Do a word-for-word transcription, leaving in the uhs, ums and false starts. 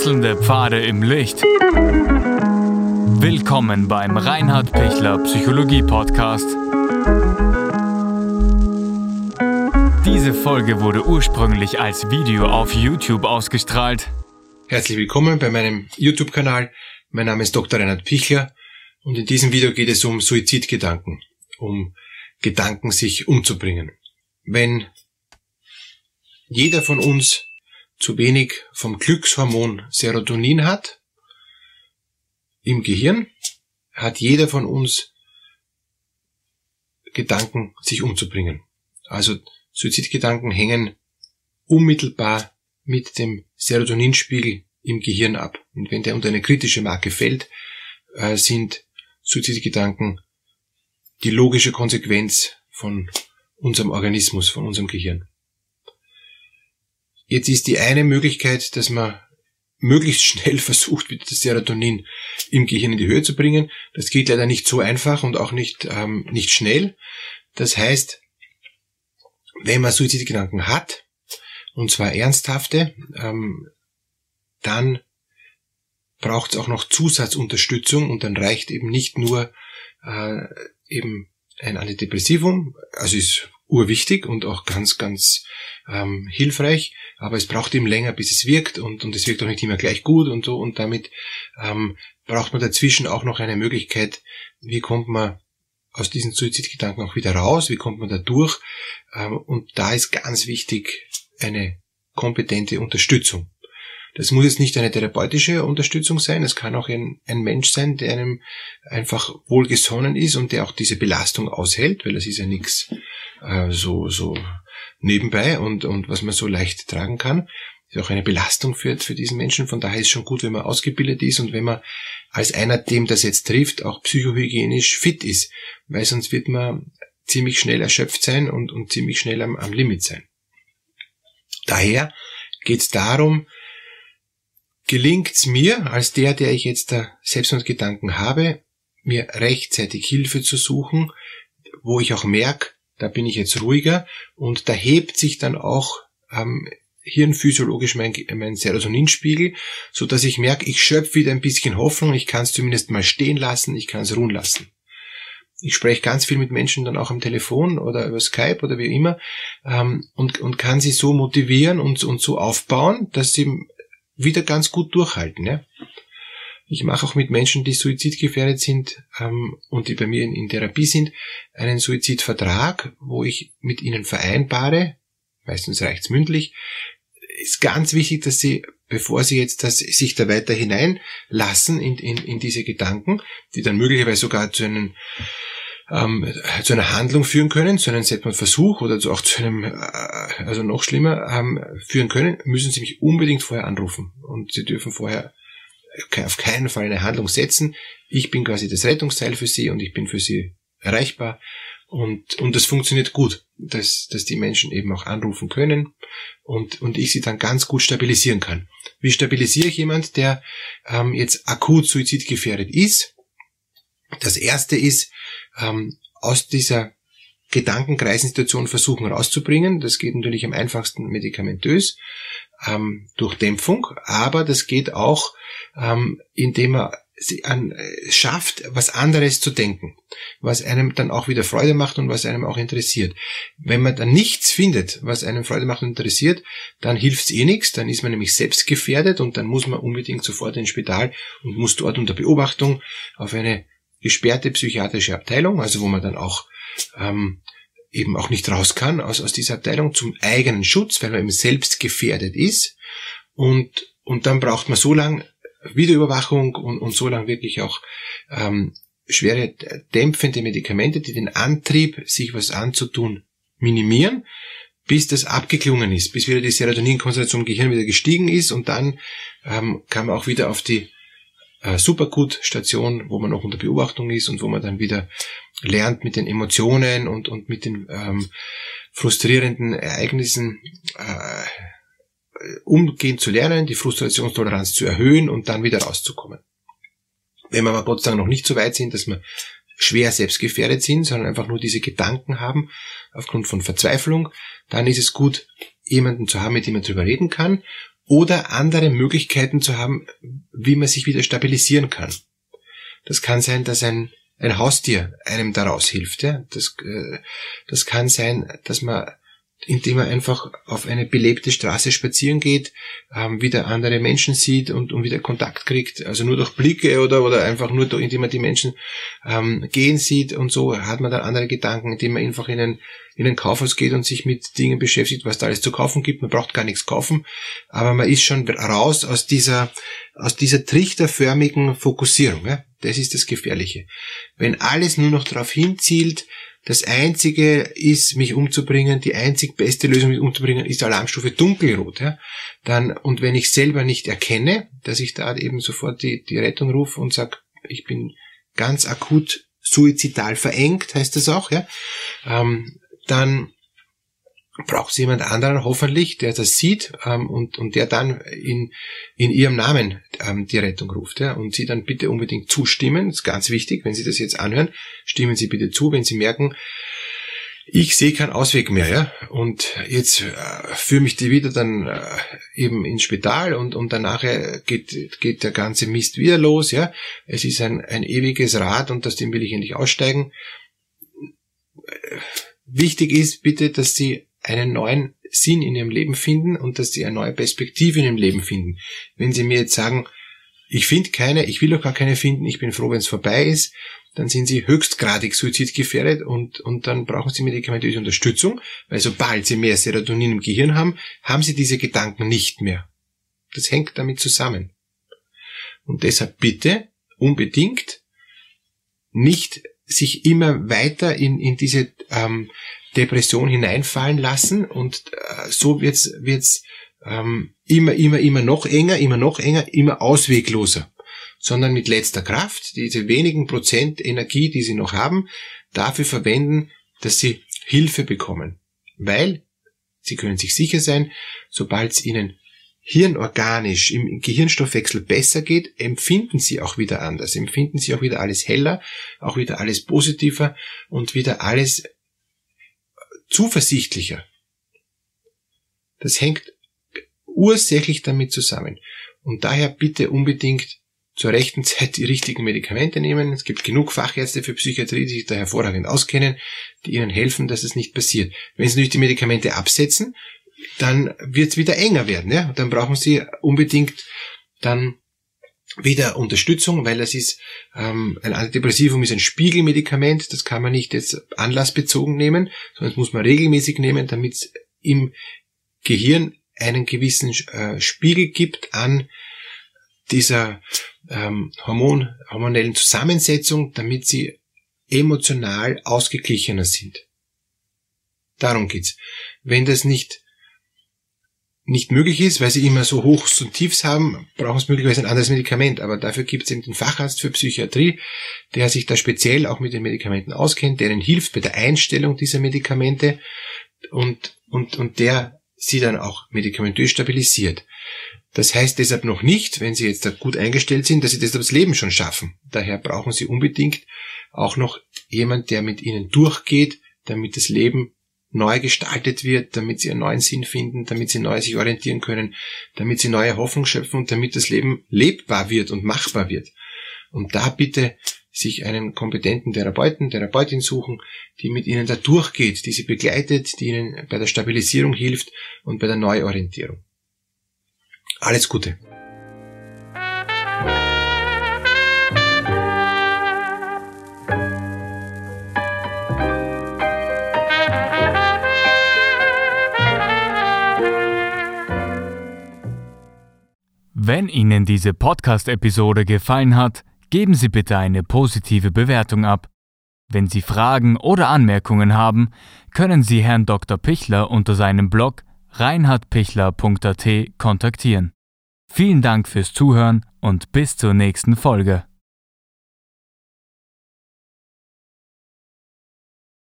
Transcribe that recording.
Wechselnde Pfade im Licht. Willkommen beim Reinhard Pichler Psychologie Podcast. Diese Folge wurde ursprünglich als Video auf YouTube ausgestrahlt. Herzlich willkommen bei meinem YouTube-Kanal. Mein Name ist Doktor Reinhard Pichler und in diesem Video geht es um Suizidgedanken, um Gedanken, sich umzubringen. Wenn jeder von uns zu wenig vom Glückshormon Serotonin hat im Gehirn, hat jeder von uns Gedanken, sich umzubringen. Also Suizidgedanken hängen unmittelbar mit dem Serotoninspiegel im Gehirn ab. Und wenn der unter eine kritische Marke fällt, äh, sind Suizidgedanken die logische Konsequenz von unserem Organismus, von unserem Gehirn. Jetzt ist die eine Möglichkeit, dass man möglichst schnell versucht, wieder das Serotonin im Gehirn in die Höhe zu bringen. Das geht leider nicht so einfach und auch nicht, ähm, nicht schnell. Das heißt, wenn man Suizidgedanken hat, und zwar ernsthafte, ähm, dann braucht es auch noch Zusatzunterstützung und dann reicht eben nicht nur äh, eben ein Antidepressivum, also ist urwichtig und auch ganz, ganz ähm, hilfreich, aber es braucht eben länger, bis es wirkt und, und es wirkt auch nicht immer gleich gut und so und damit ähm, braucht man dazwischen auch noch eine Möglichkeit, wie kommt man aus diesen Suizidgedanken auch wieder raus, wie kommt man da durch, ähm, und da ist ganz wichtig eine kompetente Unterstützung. Das muss jetzt nicht eine therapeutische Unterstützung sein, es kann auch ein, ein Mensch sein, der einem einfach wohlgesonnen ist und der auch diese Belastung aushält, weil das ist ja nichts äh, so so nebenbei und und was man so leicht tragen kann. Das ist auch eine Belastung für, für diesen Menschen, von daher ist es schon gut, wenn man ausgebildet ist und wenn man als einer, dem das jetzt trifft, auch psychohygienisch fit ist, weil sonst wird man ziemlich schnell erschöpft sein und, und ziemlich schnell am, am Limit sein. Daher geht es darum, gelingt's mir, als der, der ich jetzt da Selbstmordgedanken habe, mir rechtzeitig Hilfe zu suchen, wo ich auch merke, da bin ich jetzt ruhiger und da hebt sich dann auch ähm, hirnphysiologisch mein, mein Serotoninspiegel, so dass ich merke, ich schöpfe wieder ein bisschen Hoffnung, ich kann es zumindest mal stehen lassen, ich kann es ruhen lassen. Ich spreche ganz viel mit Menschen dann auch am Telefon oder über Skype oder wie immer ähm, und, und kann sie so motivieren und, und so aufbauen, dass sie wieder ganz gut durchhalten. Ja? Ich mache auch mit Menschen, die suizidgefährdet sind ähm, und die bei mir in, in Therapie sind, einen Suizidvertrag, wo ich mit ihnen vereinbare, meistens reicht's mündlich. Ist ganz wichtig, dass sie, bevor sie jetzt das, sich da weiter hineinlassen in, in, in diese Gedanken, die dann möglicherweise sogar zu einem ähm, zu einer Handlung führen können, zu einem Selbstmordversuch oder zu, auch zu einem, äh, also noch schlimmer, ähm, führen können, müssen sie mich unbedingt vorher anrufen. Und sie dürfen vorher auf keinen Fall eine Handlung setzen. Ich bin quasi das Rettungsteil für sie und ich bin für sie erreichbar. Und, und das funktioniert gut, dass, dass die Menschen eben auch anrufen können und, und ich sie dann ganz gut stabilisieren kann. Wie stabilisiere ich jemand, der ähm, jetzt akut suizidgefährdet ist? Das erste ist, ähm, aus dieser Gedankenkreissituation versuchen rauszubringen. Das geht natürlich am einfachsten medikamentös, ähm, durch Dämpfung, aber das geht auch, ähm, indem man sie an, äh, schafft, was anderes zu denken, was einem dann auch wieder Freude macht und was einem auch interessiert. Wenn man dann nichts findet, was einem Freude macht und interessiert, dann hilft's eh nichts, dann ist man nämlich selbst gefährdet und dann muss man unbedingt sofort ins Spital und muss dort unter Beobachtung auf eine gesperrte psychiatrische Abteilung, also wo man dann auch ähm, eben auch nicht raus kann aus, aus dieser Abteilung zum eigenen Schutz, weil man eben selbst gefährdet ist und und dann braucht man so lange Videoüberwachung und, und so lange wirklich auch ähm, schwere dämpfende Medikamente, die den Antrieb, sich was anzutun, minimieren, bis das abgeklungen ist, bis wieder die Serotoninkonzentration im Gehirn wieder gestiegen ist und dann ähm, kann man auch wieder auf die äh, Supergut-Station, wo man noch unter Beobachtung ist und wo man dann wieder lernt, mit den Emotionen und, und mit den ähm, frustrierenden Ereignissen äh, umgehen zu lernen, die Frustrationstoleranz zu erhöhen und dann wieder rauszukommen. Wenn wir aber Gott sei Dank noch nicht so weit sind, dass wir schwer selbstgefährdet sind, sondern einfach nur diese Gedanken haben aufgrund von Verzweiflung, dann ist es gut, jemanden zu haben, mit dem man drüber reden kann oder andere Möglichkeiten zu haben, wie man sich wieder stabilisieren kann. Das kann sein, dass ein, ein Haustier einem daraus hilft. Ja? Das, äh, das kann sein, dass man, indem man einfach auf eine belebte Straße spazieren geht, ähm, wieder andere Menschen sieht und, und wieder Kontakt kriegt, also nur durch Blicke oder, oder einfach nur durch, indem man die Menschen ähm, gehen sieht und so hat man dann andere Gedanken, indem man einfach in ein, in ein Kaufhaus geht und sich mit Dingen beschäftigt, was da alles zu kaufen gibt. Man braucht gar nichts kaufen, aber man ist schon raus aus dieser, aus dieser trichterförmigen Fokussierung. Ja? Das ist das Gefährliche. Wenn alles nur noch darauf hinzielt, das Einzige ist, mich umzubringen, die einzig beste Lösung, mich umzubringen, ist Alarmstufe dunkelrot. Ja? Dann, und wenn ich selber nicht erkenne, dass ich da eben sofort die, die Rettung rufe und sage, ich bin ganz akut suizidal verengt, heißt das auch, ja, ähm, dann braucht es jemand anderen hoffentlich, der das sieht ähm, und, und der dann in, in ihrem Namen ähm, die Rettung ruft. Ja? Und Sie dann bitte unbedingt zustimmen, das ist ganz wichtig, wenn Sie das jetzt anhören, stimmen Sie bitte zu, wenn Sie merken, ich sehe keinen Ausweg mehr, ja, und jetzt äh, führe mich die wieder dann äh, eben ins Spital und, und danach geht, geht der ganze Mist wieder los, ja. Es ist ein, ein ewiges Rad und aus dem will ich endlich aussteigen. Wichtig ist bitte, dass Sie einen neuen Sinn in Ihrem Leben finden und dass Sie eine neue Perspektive in Ihrem Leben finden. Wenn Sie mir jetzt sagen, ich finde keine, ich will auch gar keine finden, ich bin froh, wenn es vorbei ist, dann sind Sie höchstgradig suizidgefährdet und, und dann brauchen Sie medikamentöse Unterstützung, weil sobald Sie mehr Serotonin im Gehirn haben, haben Sie diese Gedanken nicht mehr. Das hängt damit zusammen. Und deshalb bitte unbedingt nicht sich immer weiter in, in diese ähm, Depression hineinfallen lassen und äh, so wird's, wird's ähm, immer, immer, immer noch enger, immer noch enger, immer auswegloser. Sondern mit letzter Kraft, diese wenigen Prozent Energie, die Sie noch haben, dafür verwenden, dass Sie Hilfe bekommen. Weil, Sie können sich sicher sein, sobald es Ihnen hirnorganisch im Gehirnstoffwechsel besser geht, empfinden Sie auch wieder anders, empfinden Sie auch wieder alles heller, auch wieder alles positiver und wieder alles zuversichtlicher. Das hängt ursächlich damit zusammen. Und daher bitte unbedingt zur rechten Zeit die richtigen Medikamente nehmen. Es gibt genug Fachärzte für Psychiatrie, die sich da hervorragend auskennen, die Ihnen helfen, dass es nicht passiert. Wenn Sie natürlich die Medikamente absetzen, dann wird es wieder enger werden. Ja? Und dann brauchen Sie unbedingt dann wieder Unterstützung, weil das ist ähm, ein Antidepressivum ist ein Spiegelmedikament, das kann man nicht jetzt anlassbezogen nehmen, sondern das muss man regelmäßig nehmen, damit es im Gehirn einen gewissen äh, Spiegel gibt an dieser ähm, Hormon, hormonellen Zusammensetzung, damit sie emotional ausgeglichener sind. Darum geht's. Wenn das nicht nicht möglich ist, weil sie immer so Hochs und Tiefs haben, brauchen sie möglicherweise ein anderes Medikament. Aber dafür gibt es eben den Facharzt für Psychiatrie, der sich da speziell auch mit den Medikamenten auskennt, der ihnen hilft bei der Einstellung dieser Medikamente und, und, und der sie dann auch medikamentös stabilisiert. Das heißt deshalb noch nicht, wenn Sie jetzt da gut eingestellt sind, dass Sie das das Leben schon schaffen. Daher brauchen Sie unbedingt auch noch jemand, der mit Ihnen durchgeht, damit das Leben neu gestaltet wird, damit Sie einen neuen Sinn finden, damit Sie neu sich orientieren können, damit Sie neue Hoffnung schöpfen und damit das Leben lebbar wird und machbar wird. Und da bitte sich einen kompetenten Therapeuten, Therapeutin suchen, die mit Ihnen da durchgeht, die Sie begleitet, die Ihnen bei der Stabilisierung hilft und bei der Neuorientierung. Alles Gute. Wenn Ihnen diese Podcast-Episode gefallen hat, geben Sie bitte eine positive Bewertung ab. Wenn Sie Fragen oder Anmerkungen haben, können Sie Herrn Doktor Pichler unter seinem Blog reinhard pichler punkt a t kontaktieren. Vielen Dank fürs Zuhören und bis zur nächsten Folge.